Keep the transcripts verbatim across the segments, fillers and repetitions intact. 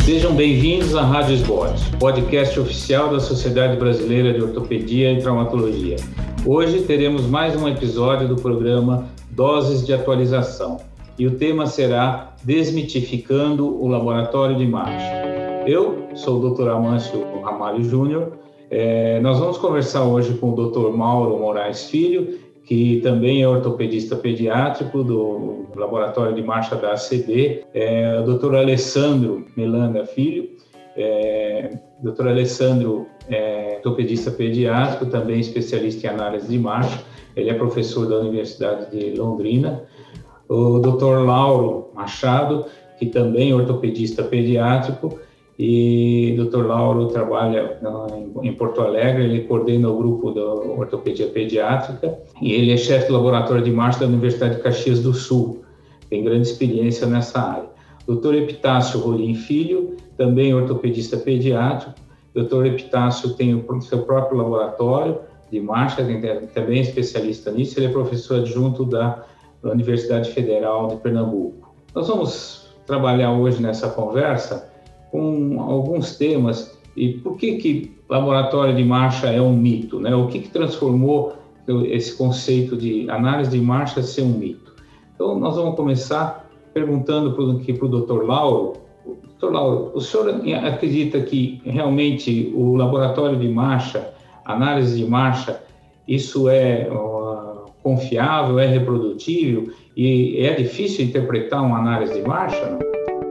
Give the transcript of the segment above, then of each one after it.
Sejam bem-vindos à Rádio Esbot, podcast oficial da Sociedade Brasileira de Ortopedia e Traumatologia. Hoje teremos mais um episódio do programa Doses de Atualização e o tema será Desmitificando o Laboratório de Marcha. Eu sou o doutor Amâncio Ramalho Júnior. É, nós vamos conversar hoje com o doutor Mauro Moraes Filho, que também é ortopedista pediátrico do Laboratório de Marcha da A C D, é, o doutor Alessandro Melanda Filho, é, doutor Alessandro é ortopedista pediátrico, também especialista em análise de marcha, ele é professor da Universidade de Londrina, o doutor Lauro Machado, que também é ortopedista pediátrico, e o doutor Lauro trabalha em Porto Alegre, ele coordena o grupo da ortopedia pediátrica e ele é chefe do laboratório de marcha da Universidade de Caxias do Sul, tem grande experiência nessa área. doutor Epitácio Rolim Filho, também ortopedista pediátrico. doutor Epitácio tem o seu próprio laboratório de marcha, também é especialista nisso, ele é professor adjunto da Universidade Federal de Pernambuco. Nós vamos trabalhar hoje nessa conversa com alguns temas e por que que laboratório de marcha é um mito, né? O que que transformou esse conceito de análise de marcha ser um mito? Então, nós vamos começar perguntando aqui para o doutor Lauro. doutor Lauro, o senhor acredita que realmente o laboratório de marcha, análise de marcha, isso é uh, confiável, é reprodutível e é difícil interpretar uma análise de marcha, não?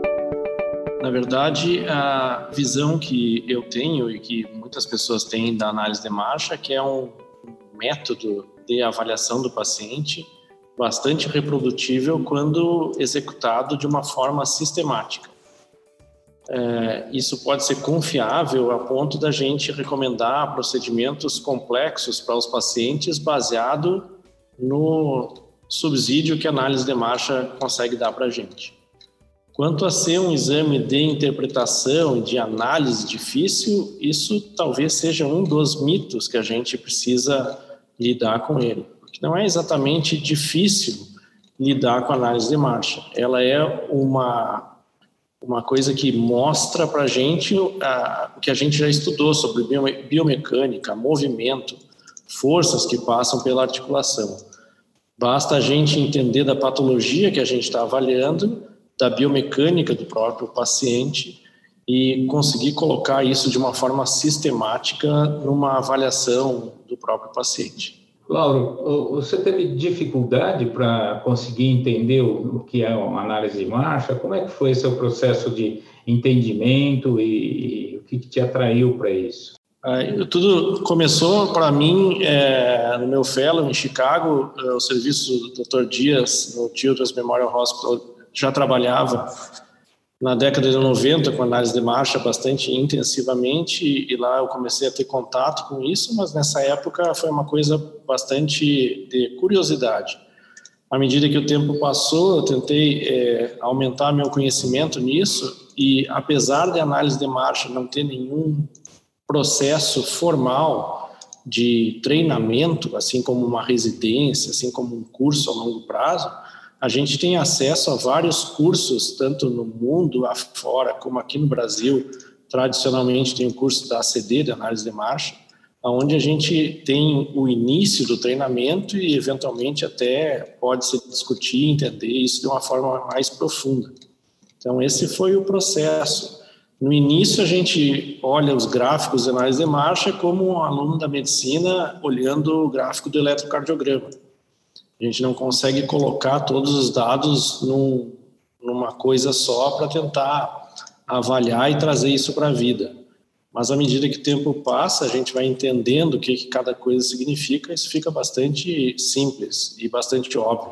Na verdade, a visão que eu tenho e que muitas pessoas têm da análise de marcha é que é um método de avaliação do paciente bastante reprodutível quando executado de uma forma sistemática. É, isso pode ser confiável a ponto da gente recomendar procedimentos complexos para os pacientes baseado no subsídio que a análise de marcha consegue dar para a gente. Quanto a ser um exame de interpretação e de análise difícil, isso talvez seja um dos mitos que a gente precisa lidar com ele. Porque não é exatamente difícil lidar com a análise de marcha. Ela é uma, uma coisa que mostra para a gente o que a gente já estudou sobre biomecânica, movimento, forças que passam pela articulação. Basta a gente entender da patologia que a gente está avaliando, da biomecânica do próprio paciente e conseguir colocar isso de uma forma sistemática numa avaliação do próprio paciente. Lauro, você teve dificuldade para conseguir entender o que é uma análise de marcha? Como é que foi seu processo de entendimento e, e o que te atraiu para isso? Uh, tudo começou para mim é, no meu fellow em Chicago, é, o serviço do doutor Dias no Children's Memorial Hospital. Já trabalhava na década de noventa com análise de marcha bastante intensivamente e lá eu comecei a ter contato com isso, mas nessa época foi uma coisa bastante de curiosidade. À medida que o tempo passou, eu tentei é, aumentar meu conhecimento nisso e apesar de análise de marcha não ter nenhum processo formal de treinamento, assim como uma residência, assim como um curso a longo prazo, a gente tem acesso a vários cursos, tanto no mundo afora, como aqui no Brasil. Tradicionalmente tem o curso da A C D, de análise de marcha, onde a gente tem o início do treinamento e, eventualmente, até pode-se discutir e entender isso de uma forma mais profunda. Então, esse foi o processo. No início, a gente olha os gráficos de análise de marcha como um aluno da medicina olhando o gráfico do eletrocardiograma. A gente não consegue colocar todos os dados num, numa coisa só para tentar avaliar e trazer isso para a vida. Mas à medida que o tempo passa, a gente vai entendendo o que, que cada coisa significa, isso fica bastante simples e bastante óbvio.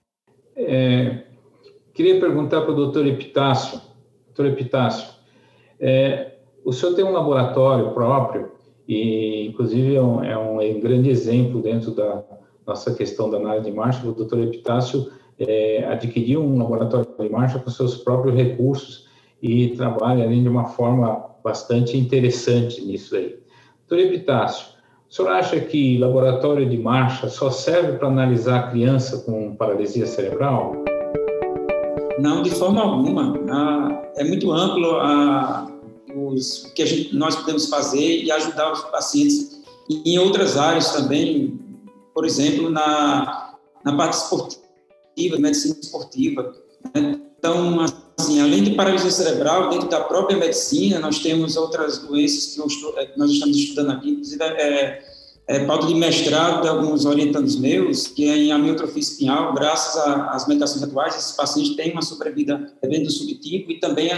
É, queria perguntar para o doutor Epitácio. doutor Epitácio, é, o senhor tem um laboratório próprio e, inclusive, é um, é um, é um grande exemplo dentro da nossa questão da análise de marcha. O doutor Epitácio é, adquiriu um laboratório de marcha com seus próprios recursos e trabalha ali de uma forma bastante interessante nisso aí. doutor Epitácio, o senhor acha que laboratório de marcha só serve para analisar a criança com paralisia cerebral? Não, de forma alguma. Ah, é muito amplo a, os, o que a gente, nós podemos fazer e ajudar os pacientes em outras áreas também, por exemplo, na, na parte esportiva, medicina esportiva. Né? Então, assim, além de paralisia cerebral, dentro da própria medicina, nós temos outras doenças que nós estamos estudando aqui, inclusive é, é pauta de mestrado de alguns orientandos meus, que é em amiotrofia espinhal. Graças às medicações atuais, esses pacientes têm uma sobrevida dentro do subtipo e também,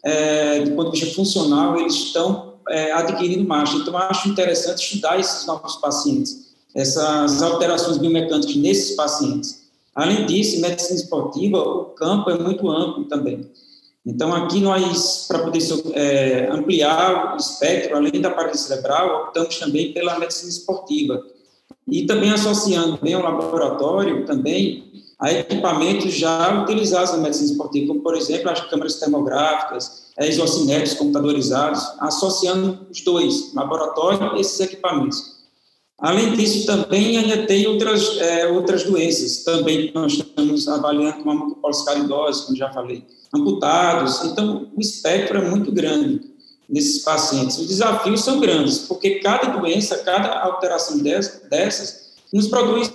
é, do ponto de vista funcional, eles estão é, adquirindo marcha. Então, eu acho interessante estudar esses novos pacientes, essas alterações biomecânicas nesses pacientes. Além disso, em medicina esportiva, o campo é muito amplo também. Então, aqui nós, para poder é, ampliar o espectro, além da paralisia cerebral, optamos também pela medicina esportiva. E também associando bem ao laboratório, também, a equipamentos já utilizados na medicina esportiva, como, por exemplo, as câmeras termográficas, isocinéticos computadorizados, associando os dois, laboratório e esses equipamentos. Além disso, também ainda tem outras, é, outras doenças, também que nós estamos avaliando, como a mucopolissacaridose, como já falei, amputados. Então, o espectro é muito grande nesses pacientes. Os desafios são grandes, porque cada doença, cada alteração dessas, nos produz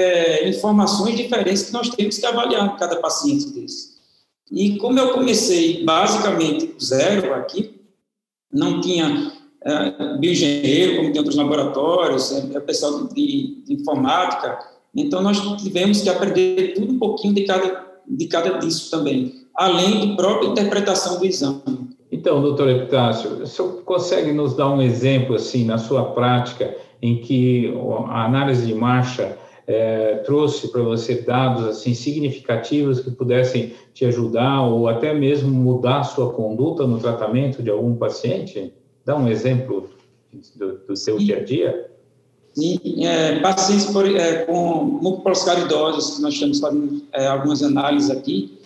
é, informações diferentes que nós temos que avaliar em cada paciente desse. E como eu comecei basicamente do zero aqui, não tinha... É, bioengenheiro, como tem outros laboratórios, é, é pessoal de, de informática, então nós tivemos que aprender tudo um pouquinho de cada, de cada disso também, além da própria interpretação do exame. Então, doutor Epitácio, o senhor consegue nos dar um exemplo, assim, na sua prática, em que a análise de marcha é, trouxe para você dados, assim, significativos que pudessem te ajudar ou até mesmo mudar a sua conduta no tratamento de algum paciente? Dá um exemplo do, do seu Sim. dia a dia? Sim, é, pacientes por, é, com mucopolissacaridose, que nós estamos fazendo é, algumas análises aqui,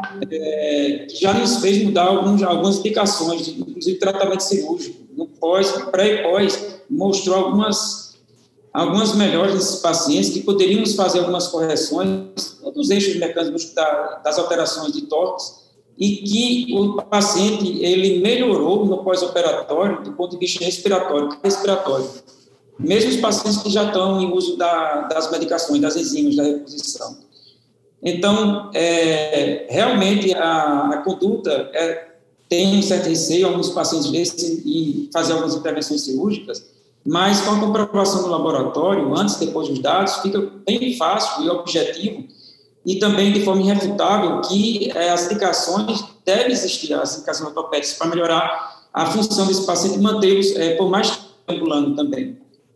é, já nos fez mudar alguns, algumas indicações, de, inclusive tratamento cirúrgico. No pós, pré e pós, mostrou algumas, algumas melhores nesses pacientes, que poderíamos fazer algumas correções dos eixos mecânicos da, das alterações de tórax, e que o paciente ele melhorou no pós-operatório do ponto de vista respiratório, respiratório. Mesmo os pacientes que já estão em uso da, das medicações, das enzimas da reposição. Então, é, realmente, a, a conduta é, tem um certo receio, alguns pacientes desses, em fazer algumas intervenções cirúrgicas, mas com a comprovação no laboratório, antes e depois dos dados, fica bem fácil e objetivo, e também de forma irrefutável, que é, as indicações devem existir, as indicações ortopédicas, para melhorar a função desse paciente e mantê-los é, por mais tempo ambulando também.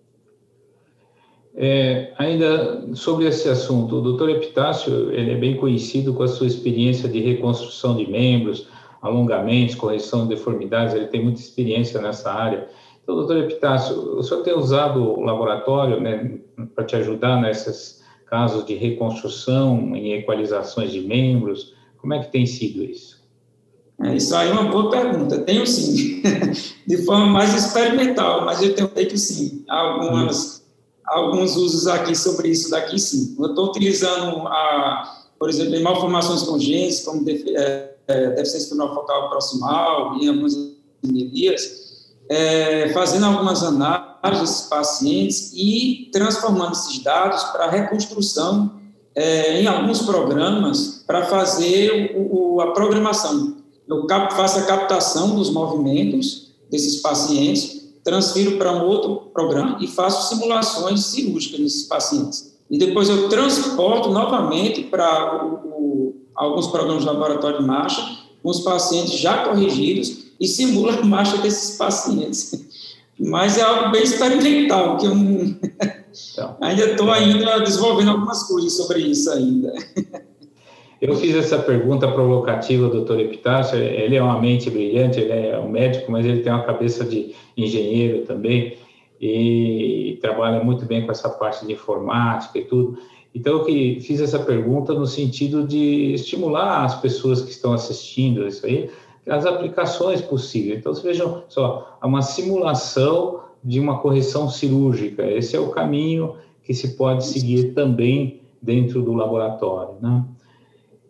É, ainda sobre esse assunto, o doutor Epitácio, ele é bem conhecido com a sua experiência de reconstrução de membros, alongamentos, correção de deformidades, ele tem muita experiência nessa área. Então, doutor Epitácio, o senhor tem usado o laboratório, né, para te ajudar nesses casos de reconstrução em equalizações de membros? Como é que tem sido isso? É, isso aí é uma boa pergunta. Tenho sim, de forma mais experimental, mas eu tenho feito sim, algumas, hum. alguns usos aqui sobre isso daqui sim. Eu estou utilizando, a, por exemplo, em malformações congênitas, como def, é, é, deficiência espinal focal proximal e algumas anemias, é, fazendo algumas análises desses pacientes e transformando esses dados para reconstrução é, em alguns programas para fazer o, o, a programação. Eu cap, faço a captação dos movimentos desses pacientes, transfiro para um outro programa e faço simulações cirúrgicas nesses pacientes. E depois eu transporto novamente para o, o, alguns programas de laboratório de marcha, com os pacientes já corrigidos, e simula a marcha desses pacientes. Mas é algo bem experimental, que eu não... então, ainda estou ainda desenvolvendo algumas coisas sobre isso ainda. Eu fiz essa pergunta provocativa ao doutor Epitácio. Ele é uma mente brilhante, ele é um médico, mas ele tem uma cabeça de engenheiro também, e trabalha muito bem com essa parte de informática e tudo. Então, eu que fiz essa pergunta no sentido de estimular as pessoas que estão assistindo isso aí, as aplicações possíveis. Então, vocês vejam só, uma simulação de uma correção cirúrgica. Esse é o caminho que se pode seguir também dentro do laboratório, né?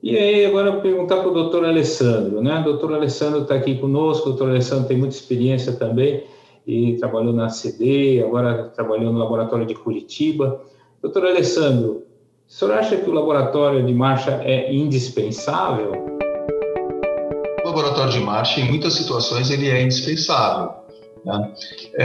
E aí, agora perguntar para o doutor Alessandro, né? O doutor Alessandro está aqui conosco, o doutor Alessandro tem muita experiência também, e trabalhou na C D, agora trabalhou no laboratório de Curitiba. Doutor Alessandro, o senhor acha que o laboratório de marcha é indispensável? O laboratório de marcha, em muitas situações, ele é indispensável, né?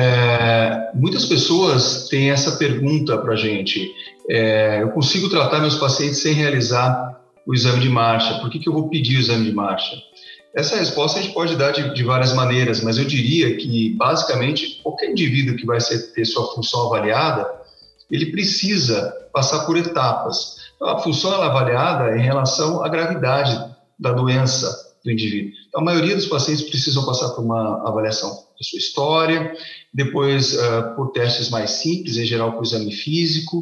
É, muitas pessoas têm essa pergunta para a gente: é, eu consigo tratar meus pacientes sem realizar o exame de marcha, por que que eu vou pedir o exame de marcha? Essa resposta a gente pode dar de, de várias maneiras, mas eu diria que, basicamente, qualquer indivíduo que vai ser, ter sua função avaliada, ele precisa passar por etapas. Então, a função ela é avaliada em relação à gravidade da doença do indivíduo. Então, a maioria dos pacientes precisam passar por uma avaliação da sua história, depois uh, por testes mais simples, em geral por exame físico,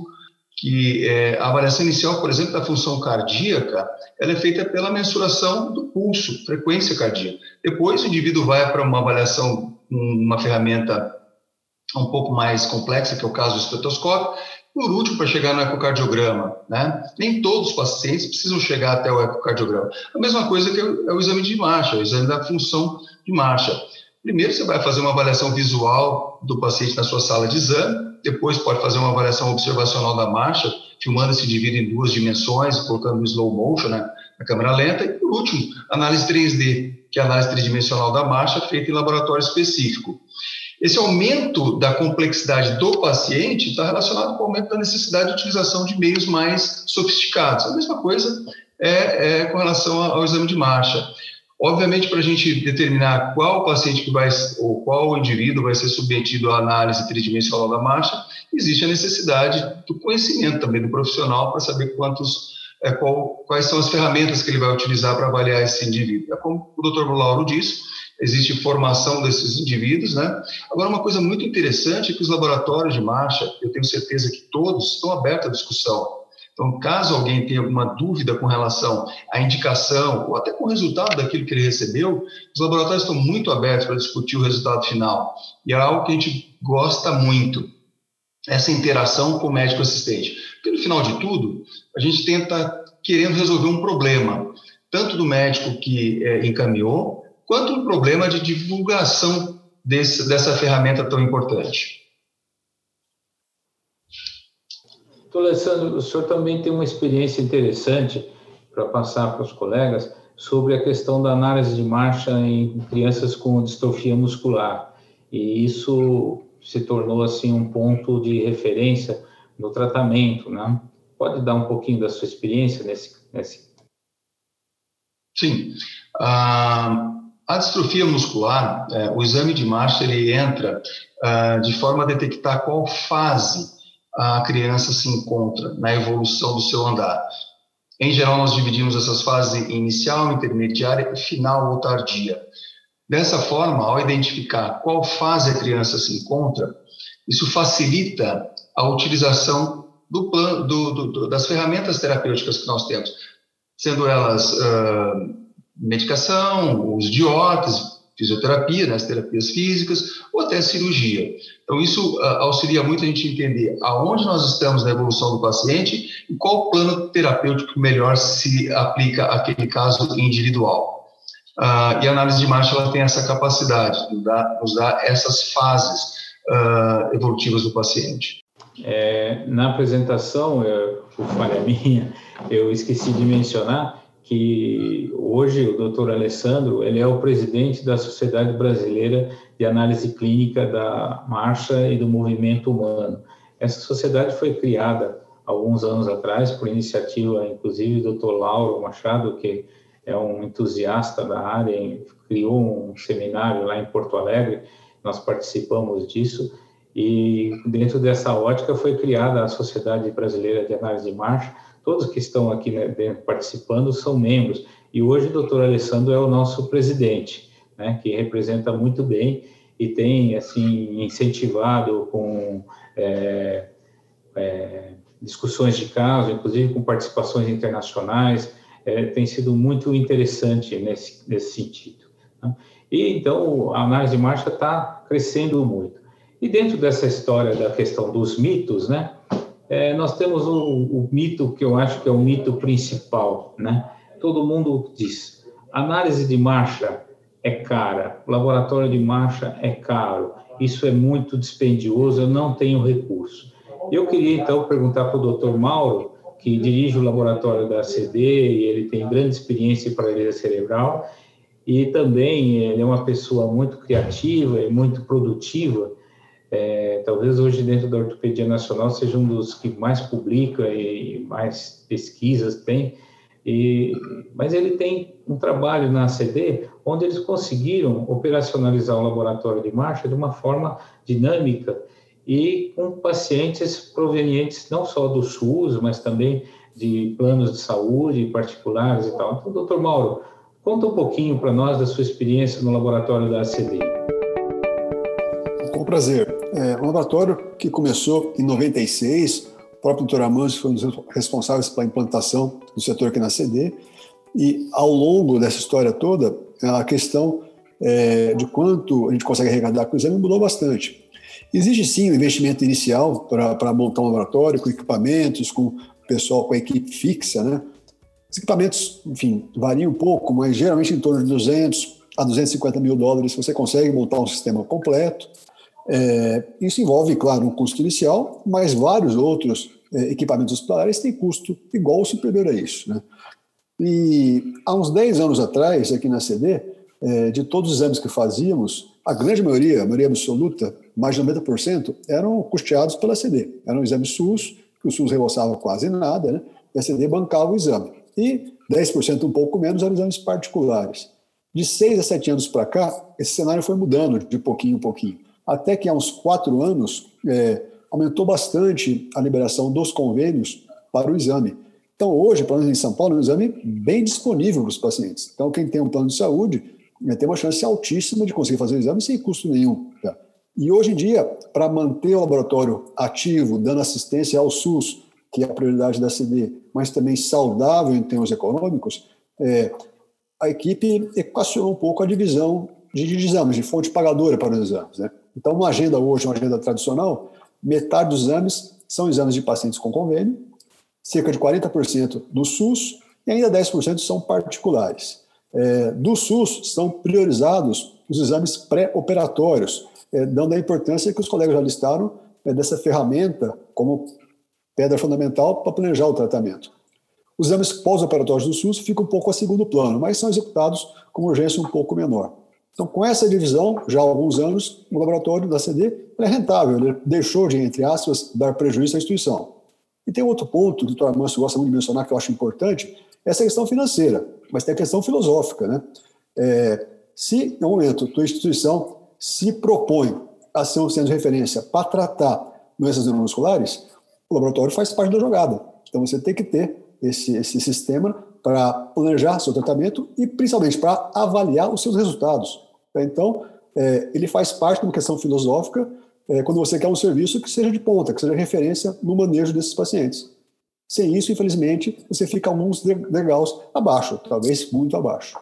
que é, a avaliação inicial, por exemplo, da função cardíaca, ela é feita pela mensuração do pulso, frequência cardíaca. Depois o indivíduo vai para uma avaliação, uma ferramenta um pouco mais complexa, que é o caso do estetoscópio, por último, para chegar no ecocardiograma, né? Nem todos os pacientes precisam chegar até o ecocardiograma. A mesma coisa que é o, é o exame de marcha, o exame da função de marcha. Primeiro, você vai fazer uma avaliação visual do paciente na sua sala de exame, depois pode fazer uma avaliação observacional da marcha, filmando esse indivíduo em duas dimensões, colocando no slow motion, né, na câmera lenta, e por último, análise três D, que é a análise tridimensional da marcha, feita em laboratório específico. Esse aumento da complexidade do paciente está relacionado com o aumento da necessidade de utilização de meios mais sofisticados. A mesma coisa é, é com relação ao exame de marcha. Obviamente, para a gente determinar qual paciente que vai, ou qual indivíduo vai ser submetido à análise tridimensional da marcha, existe a necessidade do conhecimento também do profissional para saber quantos, é, qual, quais são as ferramentas que ele vai utilizar para avaliar esse indivíduo. É como o doutor Lauro disse, existe formação desses indivíduos, né? Agora, uma coisa muito interessante é que os laboratórios de marcha, eu tenho certeza que todos estão abertos à discussão. Então, caso alguém tenha alguma dúvida com relação à indicação ou até com o resultado daquilo que ele recebeu, os laboratórios estão muito abertos para discutir o resultado final. E é algo que a gente gosta muito, essa interação com o médico assistente. Porque, no final de tudo, a gente tenta querendo resolver um problema, tanto do médico que é, encaminhou, quanto um problema de divulgação desse, dessa ferramenta tão importante. Doutor Alessandro, o senhor também tem uma experiência interessante para passar para os colegas sobre a questão da análise de marcha em crianças com distrofia muscular. E isso se tornou assim um ponto de referência no tratamento, né? Pode dar um pouquinho da sua experiência nesse... nesse... Sim. Ah, a distrofia muscular, é, o exame de marcha, ele entra ah, de forma a detectar qual fase a criança se encontra na evolução do seu andar. Em geral, nós dividimos essas fases em inicial, intermediária e final ou tardia. Dessa forma, ao identificar qual fase a criança se encontra, isso facilita a utilização do plano, do, do, do, das ferramentas terapêuticas que nós temos, sendo elas uh, medicação, uso de órtese, fisioterapia, né, as terapias físicas, ou até cirurgia. Então, isso uh, auxilia muito a gente entender aonde nós estamos na evolução do paciente e qual plano terapêutico melhor se aplica àquele caso individual. Uh, e a análise de marcha ela tem essa capacidade de nos dar, nos dar essas fases uh, evolutivas do paciente. É, na apresentação, eu, por falha minha, eu esqueci de mencionar que hoje o doutor Alessandro, ele é o presidente da Sociedade Brasileira de Análise Clínica da Marcha e do Movimento Humano. Essa sociedade foi criada alguns anos atrás por iniciativa, inclusive, do doutor Lauro Machado, que é um entusiasta da área, criou um seminário lá em Porto Alegre, nós participamos disso, e dentro dessa ótica foi criada a Sociedade Brasileira de Análise de Marcha. Todos que estão aqui, né, dentro, participando são membros, e hoje o doutor Alessandro é o nosso presidente, né, que representa muito bem e tem, assim, incentivado com é, é, discussões de caso, inclusive com participações internacionais, é, tem sido muito interessante nesse, nesse sentido, né? E, então, a análise de marcha está crescendo muito. E dentro dessa história da questão dos mitos, né, é, nós temos o, o mito que eu acho que é o mito principal, né, todo mundo diz, análise de marcha é cara, laboratório de marcha é caro, isso é muito dispendioso, eu não tenho recurso. Eu queria, então, perguntar para o doutor Mauro, que dirige o laboratório da A C D, e ele tem grande experiência em paralisia cerebral, e também ele é uma pessoa muito criativa e muito produtiva, é, talvez hoje dentro da Ortopedia Nacional seja um dos que mais publica e mais pesquisas tem, e, mas ele tem um trabalho na A C D onde eles conseguiram operacionalizar o laboratório de marcha de uma forma dinâmica e com pacientes provenientes não só do SUS, mas também de planos de saúde particulares e tal. Então, doutor Mauro, conta um pouquinho para nós da sua experiência no laboratório da A C D. Com prazer. É um laboratório que começou em noventa e seis, o próprio doutor Amâncio foi um dos responsáveis pela implantação do setor aqui na A C D, e ao longo dessa história toda, a questão é, de quanto a gente consegue arrecadar com o exame mudou bastante. Existe sim um investimento inicial para montar um laboratório com equipamentos, com o pessoal, com a equipe fixa, né? Os equipamentos, enfim, variam um pouco, mas geralmente em torno de duzentos a duzentos e cinquenta mil dólares você consegue montar um sistema completo. É, isso envolve, claro, um custo inicial, mas vários outros é, equipamentos hospitalares têm custo igual ou superior a isso, né? E há uns dez anos atrás, aqui na A C D, é, de todos os exames que fazíamos, a grande maioria, a maioria absoluta, mais de noventa por cento, eram custeados pela A C D. Eram exames SUS, que o SUS reembolsava quase nada, né? E a A C D bancava o exame. E dez por cento, um pouco menos, eram exames particulares. De seis a sete anos para cá, esse cenário foi mudando de pouquinho em pouquinho. Até que há uns quatro anos, é, aumentou bastante a liberação dos convênios para o exame. Então, hoje, pelo menos em São Paulo, é um exame bem disponível para os pacientes. Então, quem tem um plano de saúde tem uma chance altíssima de conseguir fazer o exame sem custo nenhum. Tá? E hoje em dia, para manter o laboratório ativo, dando assistência ao SUS, que é a prioridade da A C D, mas também saudável em termos econômicos, é, a equipe equacionou um pouco a divisão de, de exames, de fonte pagadora para os exames, né? Então, uma agenda hoje, uma agenda tradicional, metade dos exames são exames de pacientes com convênio, cerca de quarenta por cento do SUS e ainda dez por cento são particulares. É, do SUS são priorizados os exames pré-operatórios, é, dando a importância que os colegas já listaram é, dessa ferramenta como pedra fundamental para planejar o tratamento. Os exames pós-operatórios do SUS ficam um pouco a segundo plano, mas são executados com urgência um pouco menor. Então, com essa divisão, já há alguns anos, o laboratório da A C D é rentável, ele deixou de, entre aspas, dar prejuízo à instituição. E tem outro ponto, o doutor Amâncio gosta muito de mencionar, que eu acho importante, essa questão financeira, mas tem a questão filosófica, né? É, se, em um momento, a tua instituição se propõe a ser um centro de referência para tratar doenças neuromusculares, o laboratório faz parte da jogada. Então, você tem que ter esse, esse sistema para planejar seu tratamento e, principalmente, para avaliar os seus resultados. Então, é, ele faz parte de uma questão filosófica é, quando você quer um serviço que seja de ponta, que seja referência no manejo desses pacientes. Sem isso, infelizmente, você fica alguns degraus abaixo, talvez muito abaixo.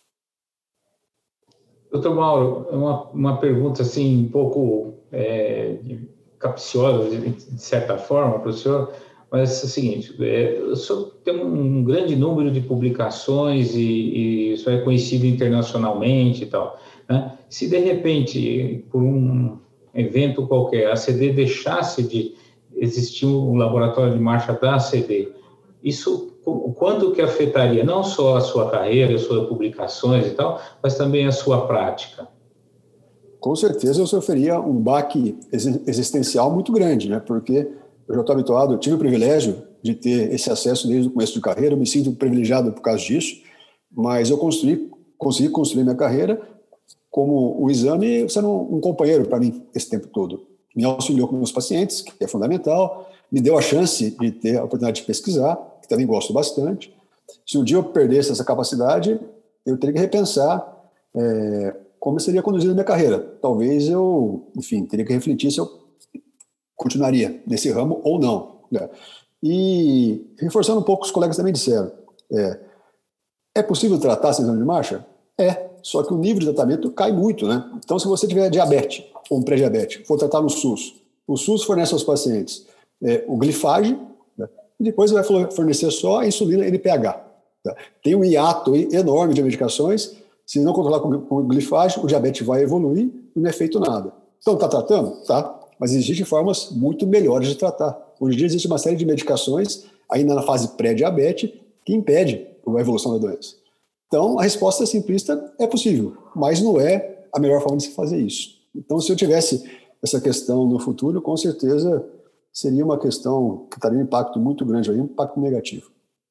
Doutor Mauro, uma, uma pergunta assim um pouco é, capciosa, de, de certa forma, para o senhor, mas é o seguinte, é, o senhor tem um grande número de publicações e, e isso é conhecido internacionalmente e tal, né? Se de repente, por um evento qualquer, a A C D deixasse de existir um laboratório de marcha da A C D, isso quanto que afetaria não só a sua carreira, as suas publicações e tal, mas também a sua prática? Com certeza eu sofreria um baque existencial muito grande, né? Porque eu já estou habituado, eu tive o privilégio de ter esse acesso desde o começo de carreira, eu me sinto privilegiado por causa disso, mas eu construí, consegui construir minha carreira como o exame sendo um companheiro para mim esse tempo todo. Me auxiliou com meus pacientes, que é fundamental, me deu a chance de ter a oportunidade de pesquisar, que também gosto bastante. Se um dia eu perdesse essa capacidade, eu teria que repensar é, como seria conduzida a minha carreira. Talvez eu, enfim, teria que refletir se eu continuaria nesse ramo ou não. Né? E, reforçando um pouco, os colegas também disseram, é, é possível tratar sem exame de marcha? É, só que o nível de tratamento cai muito, né? Então, se você tiver diabetes ou um pré-diabetes, for tratar no SUS, o SUS fornece aos pacientes é, o glifage, né? E depois vai fornecer só a insulina N P H. Tá? Tem um hiato enorme de medicações, se não controlar com, com glifagem, o diabetes vai evoluir e não é feito nada. Então, está tratando? Tá. Mas existem formas muito melhores de tratar. Hoje em dia existe uma série de medicações, ainda na fase pré-diabetes, que impede a evolução da doença. Então, a resposta simplista é possível, mas não é a melhor forma de se fazer isso. Então, se eu tivesse essa questão no futuro, com certeza seria uma questão que teria um impacto muito grande, um impacto negativo.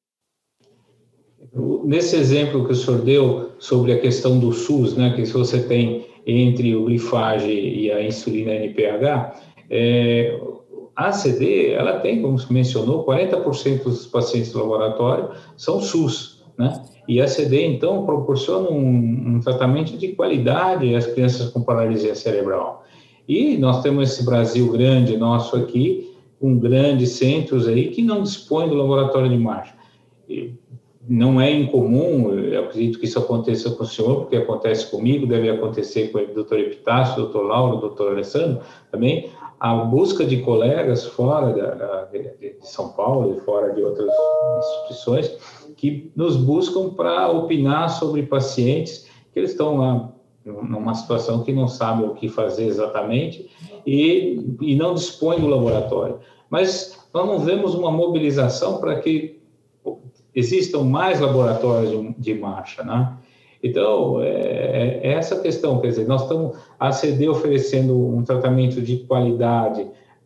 Nesse exemplo que o senhor deu sobre a questão do SUS, né, que se você tem entre o glifage e a insulina N P H, é, a A C D, ela tem, como se mencionou, quarenta por cento dos pacientes do laboratório são SUS, né? E a A C D, então, proporciona um, um tratamento de qualidade às crianças com paralisia cerebral. E nós temos esse Brasil grande nosso aqui, com grandes centros aí que não dispõem do laboratório de Marshall. E não é incomum, eu acredito que isso aconteça com o senhor, porque acontece comigo, deve acontecer com o doutor Epitácio, o doutor Lauro, o doutor Alessandro, também, a busca de colegas fora da, de São Paulo e fora de outras instituições que nos buscam para opinar sobre pacientes que eles estão lá numa situação que não sabem o que fazer exatamente e, e não dispõem do laboratório. Mas nós não vemos uma mobilização para que existam mais laboratórios de, de Marshall, né? Então, é, é essa questão, quer dizer, nós estamos, a A C D oferecendo um tratamento de qualidade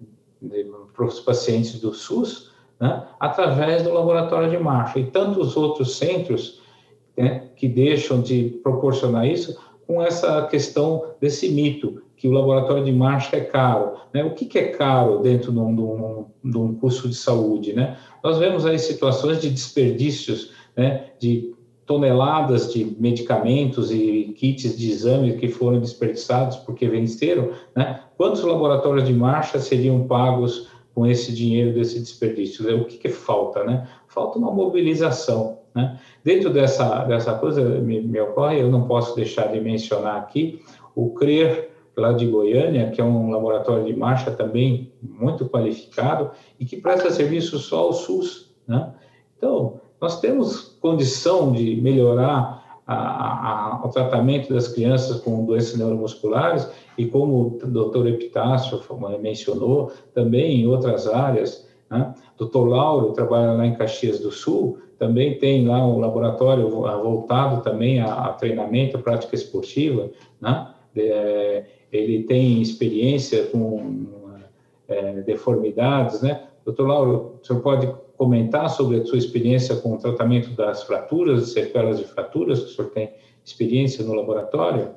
para os pacientes do SUS, né, através do laboratório de Marshall, e tantos outros centros, né, que deixam de proporcionar isso com essa questão desse mito, que o laboratório de Marshall é caro, né? O que, que é caro dentro de um, de, um, de um custo de saúde, né? Nós vemos aí situações de desperdícios, né, de toneladas de medicamentos e kits de exame que foram desperdiçados porque venceram, né? Quantos laboratórios de Marshall seriam pagos com esse dinheiro desse desperdício? O que, que falta, né? Falta uma mobilização, né? Dentro dessa, dessa coisa, me, me ocorre, eu não posso deixar de mencionar aqui o CRER, lá de Goiânia, que é um laboratório de Marshall também muito qualificado e que presta serviço só ao SUS, né? Então, nós temos condição de melhorar a, a, o tratamento das crianças com doenças neuromusculares e, como o doutor Epitácio mencionou, também em outras áreas, né? doutor Lauro trabalha lá em Caxias do Sul, também tem lá um laboratório voltado também a, a treinamento, a prática esportiva, né? É, ele tem experiência com é, deformidades, né? doutor Lauro, o senhor pode comentar sobre a sua experiência com o tratamento das fraturas, sequelas de fraturas, que o senhor tem experiência no laboratório?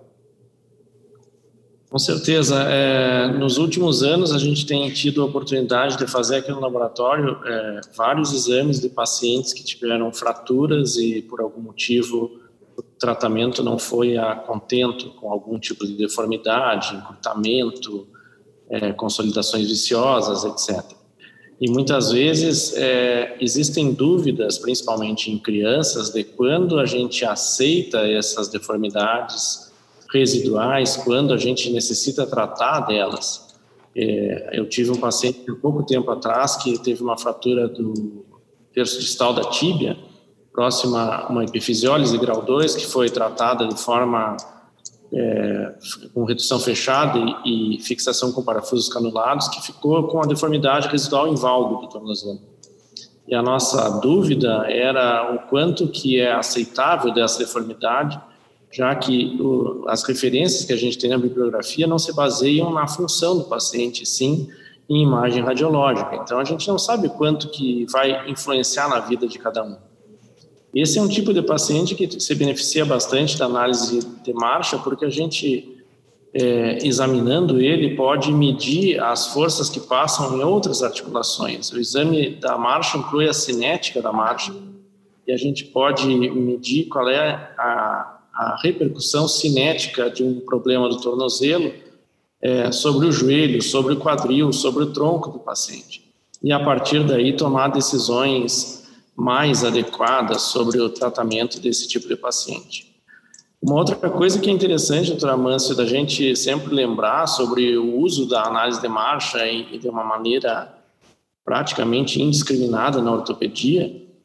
Com certeza. É, nos últimos anos, a gente tem tido a oportunidade de fazer aqui no laboratório é, vários exames de pacientes que tiveram fraturas e, por algum motivo, o tratamento não foi a contento, com algum tipo de deformidade, encurtamento, é, consolidações viciosas, etcétera. E muitas vezes é, existem dúvidas, principalmente em crianças, de quando a gente aceita essas deformidades residuais, quando a gente necessita tratar delas. É, eu tive um paciente há pouco tempo atrás que teve uma fratura do terço distal da tíbia, próxima a uma epifisiólise grau dois, que foi tratada de forma é, com redução fechada e, e fixação com parafusos canulados, que ficou com a deformidade residual em valgo do tornozelo. E a nossa dúvida era o quanto que é aceitável dessa deformidade, já que o, as referências que a gente tem na bibliografia não se baseiam na função do paciente, sim em imagem radiológica. Então, a gente não sabe o quanto que vai influenciar na vida de cada um. Esse é um tipo de paciente que se beneficia bastante da análise de Marshall, porque a gente, é, examinando ele, pode medir as forças que passam em outras articulações. O exame da Marshall inclui a cinética da Marshall, e a gente pode medir qual é a, a repercussão cinética de um problema do tornozelo é, sobre o joelho, sobre o quadril, sobre o tronco do paciente. E, a partir daí, tomar decisões mais adequadas sobre o tratamento desse tipo de paciente. Uma outra coisa que é interessante, doutor Amâncio, da gente sempre lembrar sobre o uso da análise de Marshall e de uma maneira praticamente indiscriminada na ortopedia,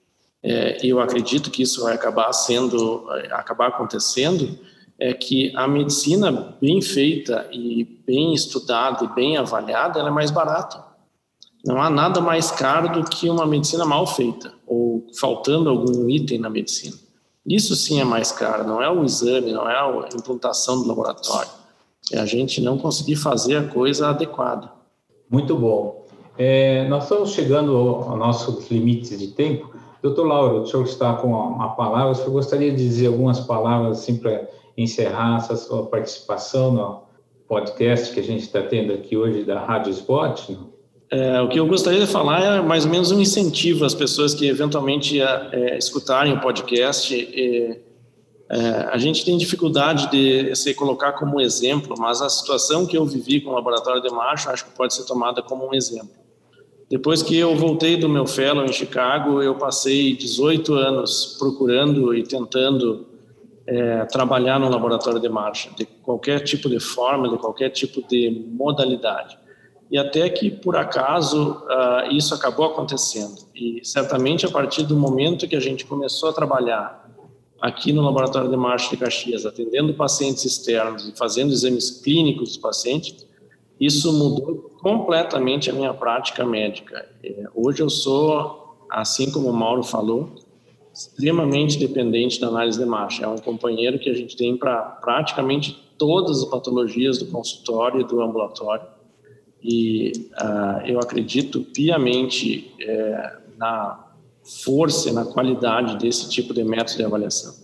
é, eu acredito que isso vai acabar sendo, acabar acontecendo, é que a medicina bem feita e bem estudada e bem avaliada, ela é mais barata. Não há nada mais caro do que uma medicina mal feita ou faltando algum item na medicina. Isso sim é mais caro, não é o exame, não é a implantação do laboratório. É a gente não conseguir fazer a coisa adequada. Muito bom. É, nós estamos chegando aos nossos limites de tempo. doutor Lauro, o senhor está com a palavra, o senhor gostaria de dizer algumas palavras assim, para encerrar essa sua participação no podcast que a gente está tendo aqui hoje da Rádio Spot? Não? É, o que eu gostaria de falar é mais ou menos um incentivo às pessoas que eventualmente é, escutarem o podcast. É, é, a gente tem dificuldade de se colocar como exemplo, mas a situação que eu vivi com o Laboratório de Marshall acho que pode ser tomada como um exemplo. Depois que eu voltei do meu fellow em Chicago, eu passei dezoito anos procurando e tentando é, trabalhar no Laboratório de Marshall, de qualquer tipo de forma, de qualquer tipo de modalidade. E até que, por acaso, uh, isso acabou acontecendo. E certamente a partir do momento que a gente começou a trabalhar aqui no Laboratório de Marshall de Caxias, atendendo pacientes externos e fazendo exames clínicos dos pacientes, isso mudou completamente a minha prática médica. É, hoje eu sou, assim como o Mauro falou, extremamente dependente da análise de Marshall. É um companheiro que a gente tem para praticamente todas as patologias do consultório e do ambulatório. E uh, eu acredito piamente é, na força e na qualidade desse tipo de método de avaliação.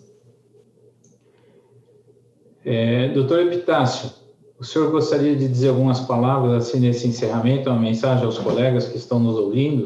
É, doutor Epitácio, o senhor gostaria de dizer algumas palavras assim nesse encerramento, uma mensagem aos colegas que estão nos ouvindo?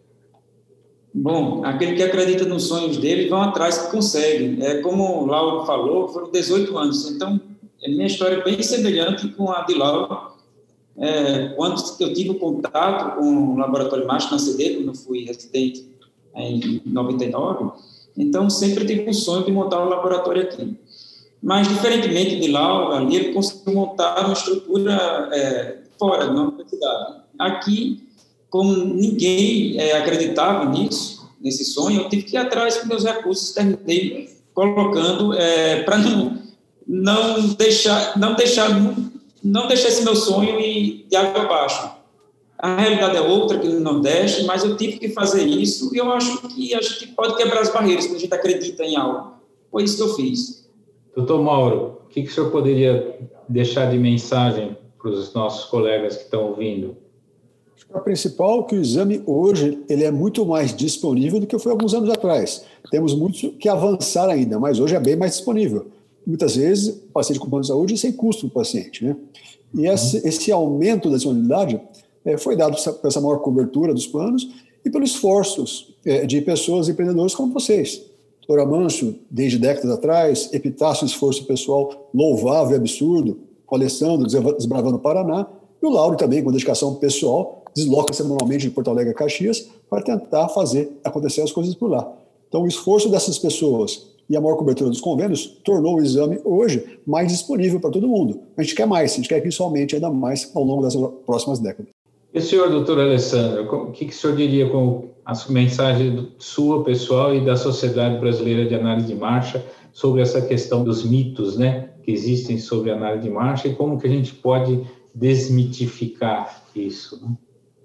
Bom, aquele que acredita nos sonhos dele vão atrás que consegue. É, como o Lauro falou, foram dezoito anos. Então, a minha história é bem semelhante com a de Lauro. É, quando eu tive o contato com o Laboratório Marshall na C D, quando eu fui residente em noventa e nove, então sempre tive um sonho de montar um laboratório aqui. Mas, diferentemente de Lauro, ali ele conseguiu montar uma estrutura é, fora da universidade. Aqui, como ninguém é, acreditava nisso, nesse sonho, eu tive que ir atrás com meus recursos, terminei colocando é, para não, não deixar, não deixar não deixar esse meu sonho ir de água abaixo. A realidade é outra aqui no Nordeste, mas eu tive que fazer isso e eu acho que a gente pode quebrar as barreiras quando a gente acredita em algo. Foi isso que eu fiz. Doutor Mauro, o que, que o senhor poderia deixar de mensagem para os nossos colegas que estão ouvindo? A principal é que o exame hoje ele é muito mais disponível do que foi alguns anos atrás. Temos muito que avançar ainda, mas hoje é bem mais disponível. Muitas vezes, o paciente com plano de saúde sem custo para o paciente, né? E esse, esse aumento da disponibilidade é, foi dado por essa maior cobertura dos planos e pelos esforços é, de pessoas empreendedores como vocês. doutor Amâncio, desde décadas atrás, Epitácio, esforço pessoal louvável e absurdo, com Alessandro, desbravando o Paraná, e o Lauro também, com dedicação pessoal, desloca semanalmente de Porto Alegre a Caxias para tentar fazer acontecer as coisas por lá. Então, o esforço dessas pessoas e a maior cobertura dos convênios tornou o exame hoje mais disponível para todo mundo. A gente quer mais, a gente quer que isso aumente ainda mais ao longo das próximas décadas. E o senhor, doutor Alessandro, o que, que o senhor diria com a mensagem sua, pessoal, e da Sociedade Brasileira de Análise de Marshall sobre essa questão dos mitos, né, que existem sobre a análise de Marshall e como que a gente pode desmitificar isso, né?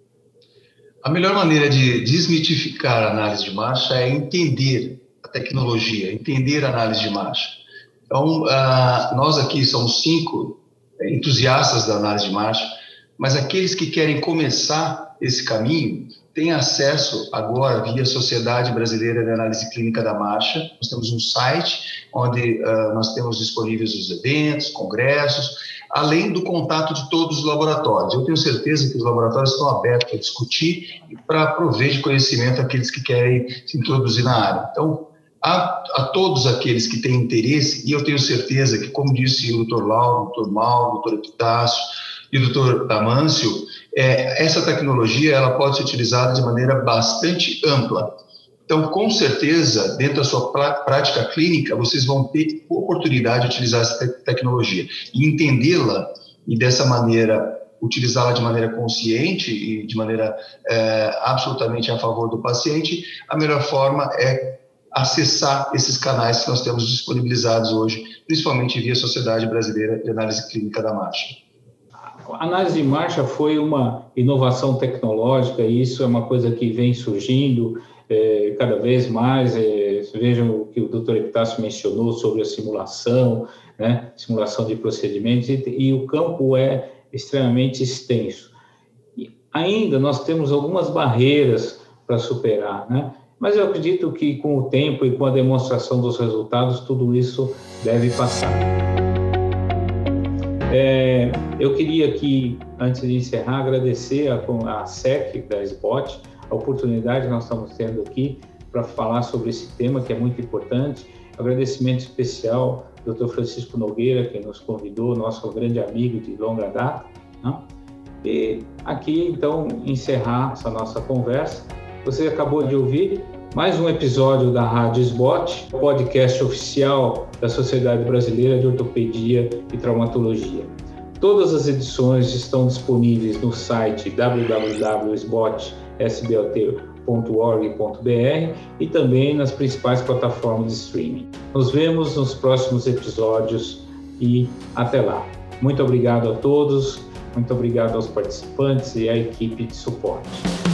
A melhor maneira de desmitificar a análise de Marshall é entender a tecnologia, entender a análise de Marshall. Então, uh, nós aqui somos cinco entusiastas da análise de Marshall, mas aqueles que querem começar esse caminho têm acesso agora via Sociedade Brasileira de Análise Clínica da Marshall. Nós temos um site onde uh, nós temos disponíveis os eventos, congressos, além do contato de todos os laboratórios. Eu tenho certeza que os laboratórios estão abertos para discutir e para prover de conhecimento aqueles que querem se introduzir na área. Então, a, a todos aqueles que têm interesse, e eu tenho certeza que, como disse o doutor Lauro, o doutor Mauro, o doutor Epitácio e o doutor Amâncio, é, essa tecnologia ela pode ser utilizada de maneira bastante ampla. Então, com certeza, dentro da sua prática clínica, vocês vão ter oportunidade de utilizar essa te- tecnologia e entendê-la e, dessa maneira, utilizá-la de maneira consciente e de maneira é, absolutamente a favor do paciente, a melhor forma é acessar esses canais que nós temos disponibilizados hoje, principalmente via Sociedade Brasileira de Análise Clínica da Marcha. A análise de marcha foi uma inovação tecnológica e isso é uma coisa que vem surgindo é, cada vez mais. É, vejam o que o doutor Epitácio mencionou sobre a simulação, né, simulação de procedimentos, e, e o campo é extremamente extenso. E ainda nós temos algumas barreiras para superar, né? Mas eu acredito que com o tempo e com a demonstração dos resultados, tudo isso deve passar. É, eu queria aqui, antes de encerrar, agradecer a, a S E C da S B O T, a oportunidade que nós estamos tendo aqui para falar sobre esse tema que é muito importante. Agradecimento especial ao doutor Francisco Nogueira, que nos convidou, nosso grande amigo de longa data, né? E aqui, então, encerrar essa nossa conversa. Você acabou de ouvir mais um episódio da Rádio S B O T, podcast oficial da Sociedade Brasileira de Ortopedia e Traumatologia. Todas as edições estão disponíveis no site w w w ponto s b o t s b o t ponto org ponto b r e também nas principais plataformas de streaming. Nos vemos nos próximos episódios e até lá. Muito obrigado a todos, muito obrigado aos participantes e à equipe de suporte.